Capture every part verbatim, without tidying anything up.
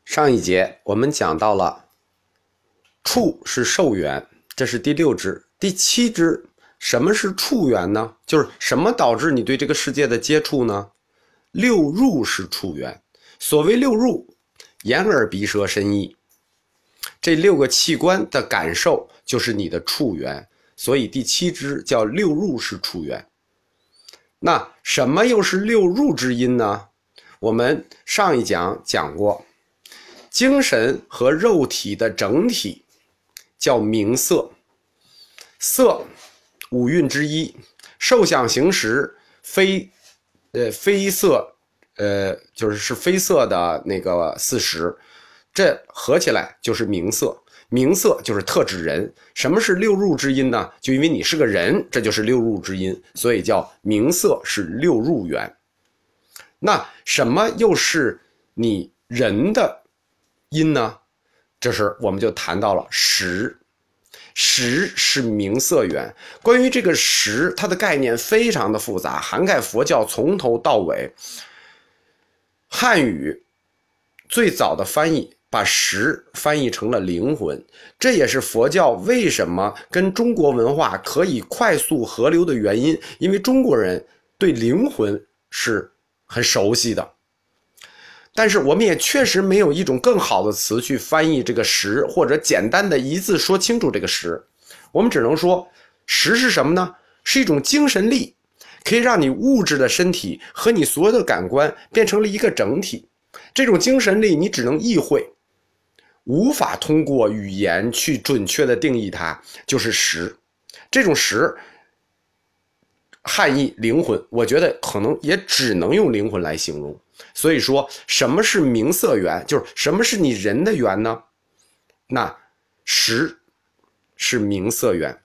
上一节我们讲到了触是受缘，这是第六支。第七支，什么是触缘呢？就是什么导致你对这个世界的接触呢？六入是触缘。所谓六入，眼耳鼻舌身意，这六个器官的感受就是你的触缘，所以第七支叫六入是触缘。那什么又是六入之因呢？我们上一讲讲过，精神和肉体的整体叫名色，色五蕴之一，受想行识非呃非色呃就是是非色的那个四识，这合起来就是名色。名色就是特指人。什么是六入之因呢？就因为你是个人，这就是六入之因，所以叫名色是六入缘。那什么又是你人的因呢？这时我们就谈到了识。识是名色缘。关于这个识，它的概念非常的复杂，涵盖佛教从头到尾。汉语最早的翻译把识翻译成了灵魂，这也是佛教为什么跟中国文化可以快速合流的原因，因为中国人对灵魂是很熟悉的。但是我们也确实没有一种更好的词去翻译这个识，或者简单的一字说清楚这个识。我们只能说识是什么呢？是一种精神力，可以让你物质的身体和你所有的感官变成了一个整体。这种精神力你只能意会，无法通过语言去准确的定义它，就是识。这种识汉译灵魂，我觉得可能也只能用灵魂来形容。所以说什么是名色缘，就是什么是你人的缘呢？那识是名色缘。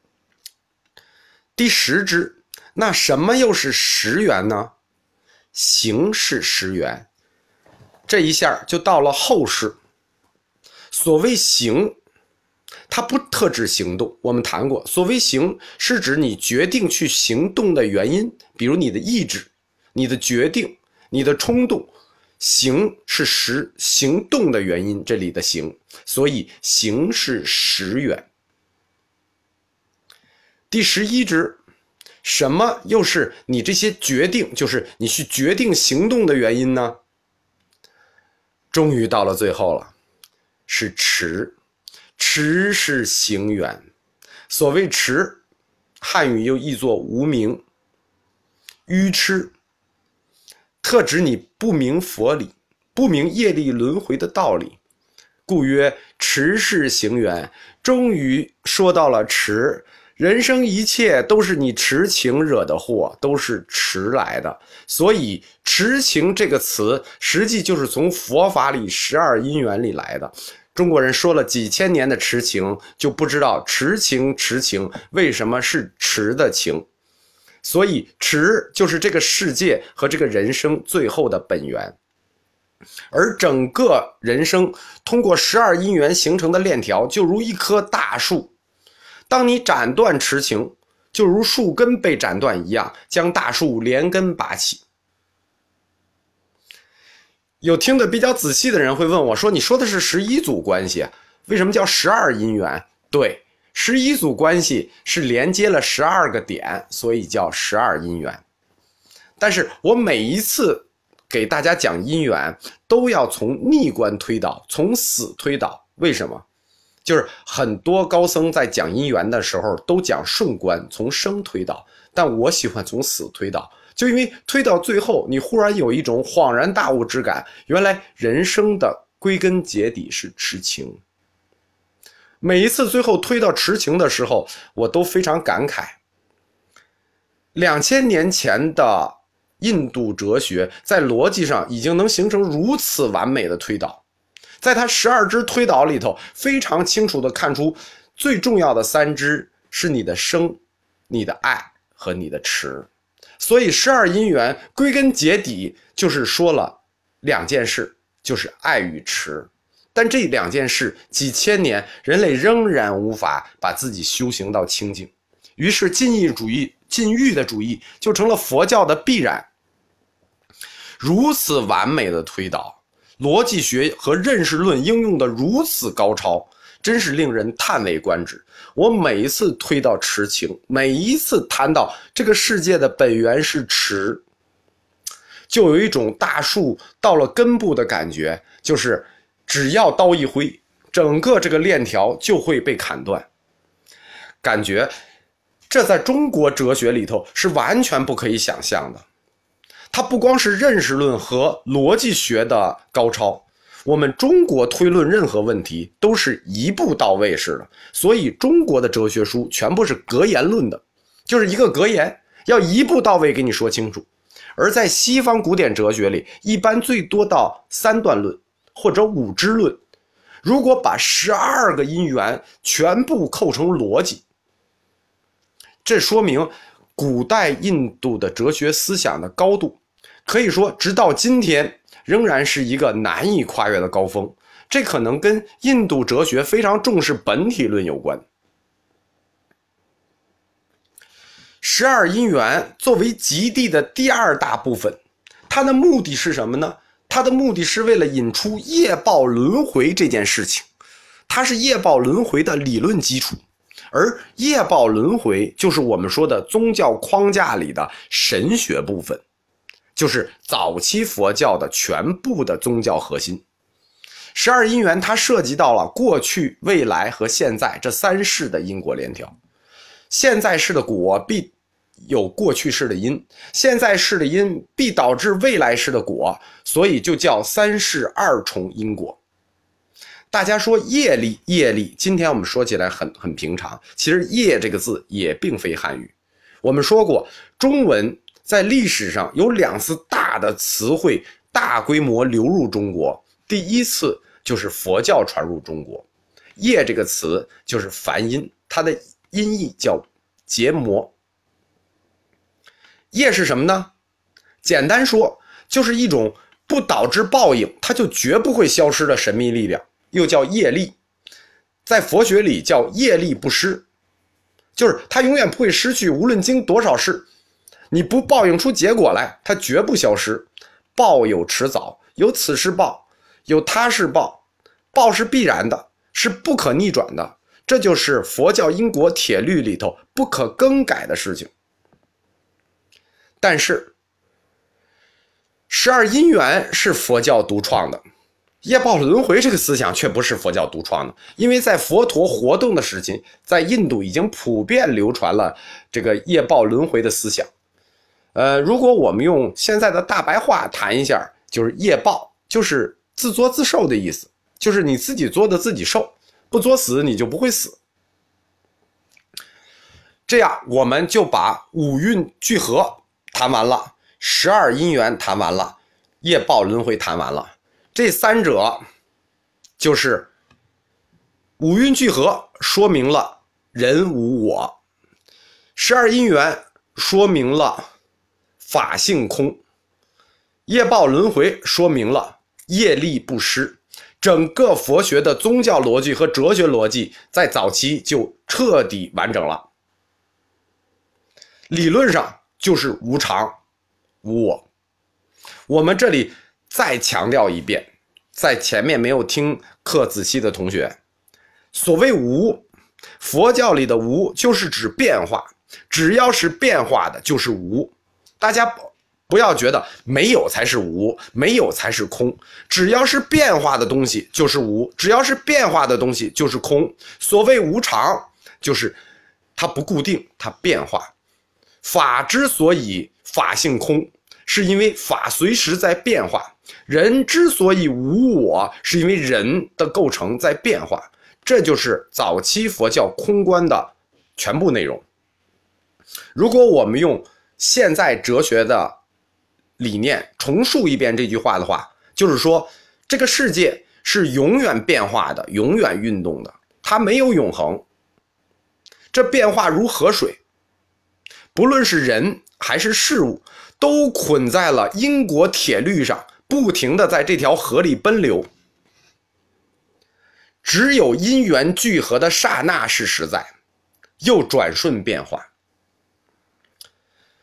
第十支，那什么又是识缘呢？行是识缘。这一下就到了后世。所谓行，它不特指行动，我们谈过，所谓行是指你决定去行动的原因，比如你的意志、你的决定、你的冲动。行是识行动的原因，这里的行，所以行是识缘。第十一支，什么又是你这些决定，就是你去决定行动的原因呢？终于到了最后了，是持。持是行缘。所谓持，汉语又译作无明、愚痴，特指你不明佛理，不明业力轮回的道理，故曰持是行缘。终于说到了持，人生一切都是你持情惹的祸，都是持来的。所以持情这个词实际就是从佛法里十二因缘里来的。中国人说了几千年的持情，就不知道持情持情为什么是持的情。所以持就是这个世界和这个人生最后的本源。而整个人生通过十二因缘形成的链条，就如一棵大树，当你斩断持情，就如树根被斩断一样，将大树连根拔起。有听得比较仔细的人会问我说，你说的是十一组关系，为什么叫十二因缘？对，十一组关系是连接了十二个点，所以叫十二因缘。但是我每一次给大家讲因缘，都要从逆观推导，从死推导。为什么？就是很多高僧在讲因缘的时候都讲顺观，从生推导，但我喜欢从死推导，就因为推到最后你忽然有一种恍然大悟之感，原来人生的归根结底是痴情。每一次最后推到痴情的时候，我都非常感慨，两千年前的印度哲学在逻辑上已经能形成如此完美的推导。在他十二支推导里头，非常清楚地看出最重要的三支是你的生、你的爱和你的持。所以十二因缘归根结底就是说了两件事，就是爱与持。但这两件事几千年人类仍然无法把自己修行到清净，于是禁欲主义、禁欲的主义就成了佛教的必然。如此完美的推导， 逻辑学和认识论应用的如此高超，真是令人叹为观止。我每一次推到迟情，每一次谈到这个世界的本源是迟，就有一种大树到了根部的感觉，就是只要刀一挥，整个这个链条就会被砍断。感觉这在中国哲学里头是完全不可以想象的。它不光是认识论和逻辑学的高超，我们中国推论任何问题都是一步到位式的，所以中国的哲学书全部是格言论的，就是一个格言，要一步到位给你说清楚。而在西方古典哲学里，一般最多到三段论或者五支论，如果把十二个因缘全部扣成逻辑，这说明古代印度的哲学思想的高度，可以说直到今天仍然是一个难以跨越的高峰。这可能跟印度哲学非常重视本体论有关。十二因缘作为极地的第二大部分，它的目的是什么呢？它的目的是为了引出业报轮回这件事情，它是业报轮回的理论基础。而业报轮回就是我们说的宗教框架里的神学部分，就是早期佛教的全部的宗教核心。十二因缘它涉及到了过去、未来和现在这三世的因果链条。现在世的果必有过去世的因，现在世的因必导致未来世的果，所以就叫三世二重因果。大家说业力，业力，今天我们说起来很很平常，其实业这个字也并非汉语。我们说过，中文在历史上有两次大的词汇大规模流入中国，第一次就是佛教传入中国。业这个词就是梵音，它的音译叫结魔。业是什么呢？简单说，就是一种不导致报应，它就绝不会消失的神秘力量，又叫业力。在佛学里叫业力不失，就是它永远不会失去，无论经多少世，你不报应出结果来，它绝不消失。报有迟早，有此世报，有他世报，报是必然的，是不可逆转的，这就是佛教因果铁律里头不可更改的事情。但是十二因缘是佛教独创的，业报轮回这个思想却不是佛教独创的，因为在佛陀活动的时期，在印度已经普遍流传了这个业报轮回的思想。呃，如果我们用现在的大白话谈一下，就是业报就是自作自受的意思，就是你自己作的自己受，不作死你就不会死。这样我们就把五蕴聚合谈完了，十二因缘谈完了，业报轮回谈完了。这三者就是五蕴聚合说明了人无我，十二因缘说明了法性空，业报轮回说明了业力不失。整个佛学的宗教逻辑和哲学逻辑在早期就彻底完整了。理论上就是无常无我。我们这里再强调一遍，在前面没有听课仔细的同学，所谓无，佛教里的无就是指变化，只要是变化的就是无。大家不要觉得没有才是无，没有才是空，只要是变化的东西就是无，只要是变化的东西就是空。所谓无常，就是它不固定，它变化。法之所以法性空，是因为法随时在变化。人之所以无我，是因为人的构成在变化。这就是早期佛教空观的全部内容。如果我们用现在哲学的理念重述一遍这句话的话，就是说这个世界是永远变化的，永远运动的，它没有永恒。这变化如河水，不论是人还是事物，都捆在了因果铁律上，不停地在这条河里奔流。只有因缘聚合的刹那是实在，又转瞬变化。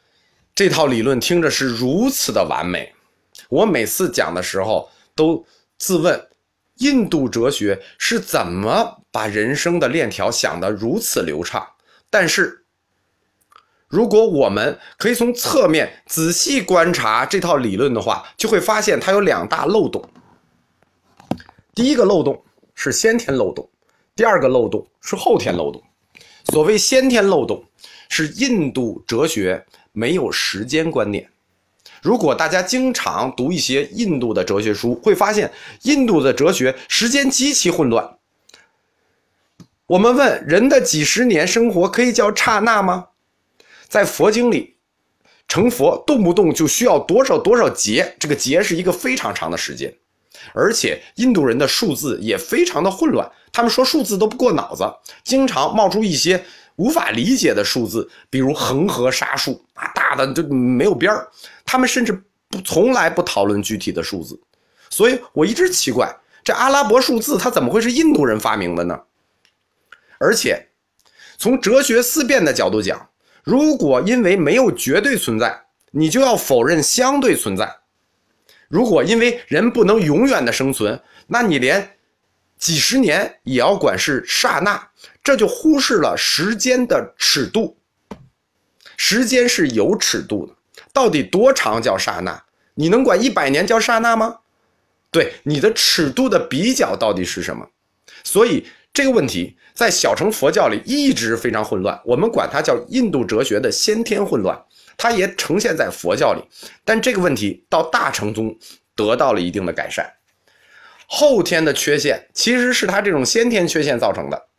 这套理论听着是如此的完美，我每次讲的时候都自问，印度哲学是怎么把人生的链条想得如此流畅？但是，如果我们可以从侧面仔细观察这套理论的话，就会发现它有两大漏洞。第一个漏洞是先天漏洞，第二个漏洞是后天漏洞。所谓先天漏洞，是印度哲学没有时间观念。如果大家经常读一些印度的哲学书，会发现印度的哲学时间极其混乱。我们问，人的几十年生活可以叫刹那吗？在佛经里，成佛动不动就需要多少多少劫，这个劫是一个非常长的时间。而且印度人的数字也非常的混乱，他们说数字都不过脑子，经常冒出一些无法理解的数字，比如恒河沙数啊，大的就没有边儿。他们甚至不从来不讨论具体的数字，所以我一直奇怪，这阿拉伯数字它怎么会是印度人发明的呢？而且从哲学思辨的角度讲，如果因为没有绝对存在，你就要否认相对存在。如果因为人不能永远的生存，那你连几十年也要管是刹那，这就忽视了时间的尺度。时间是有尺度的，到底多长叫刹那？你能管一百年叫刹那吗？对，你的尺度的比较到底是什么？所以这个问题在小乘佛教里一直非常混乱，我们管它叫印度哲学的先天混乱，它也呈现在佛教里，但这个问题到大乘宗得到了一定的改善。后天的缺陷其实是它这种先天缺陷造成的。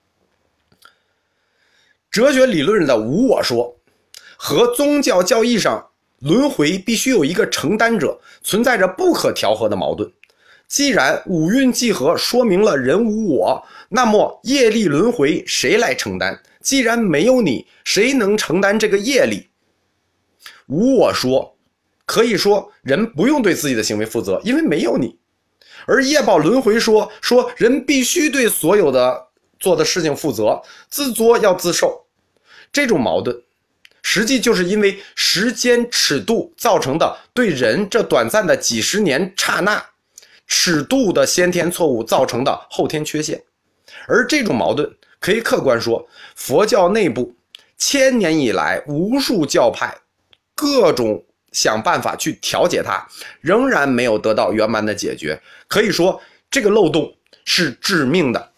哲学理论的无我说和宗教教义上轮回必须有一个承担者存在着不可调和的矛盾。既然五蕴集合说明了人无我，那么业力轮回谁来承担？既然没有你，谁能承担这个业力？无我说可以说人不用对自己的行为负责，因为没有你。而业报轮回说说人必须对所有的做的事情负责，自作要自受。这种矛盾实际就是因为时间尺度造成的对人这短暂的几十年刹那尺度的先天错误造成的后天缺陷。而这种矛盾可以客观说，佛教内部千年以来无数教派各种想办法去调节它，仍然没有得到圆满的解决。可以说这个漏洞是致命的。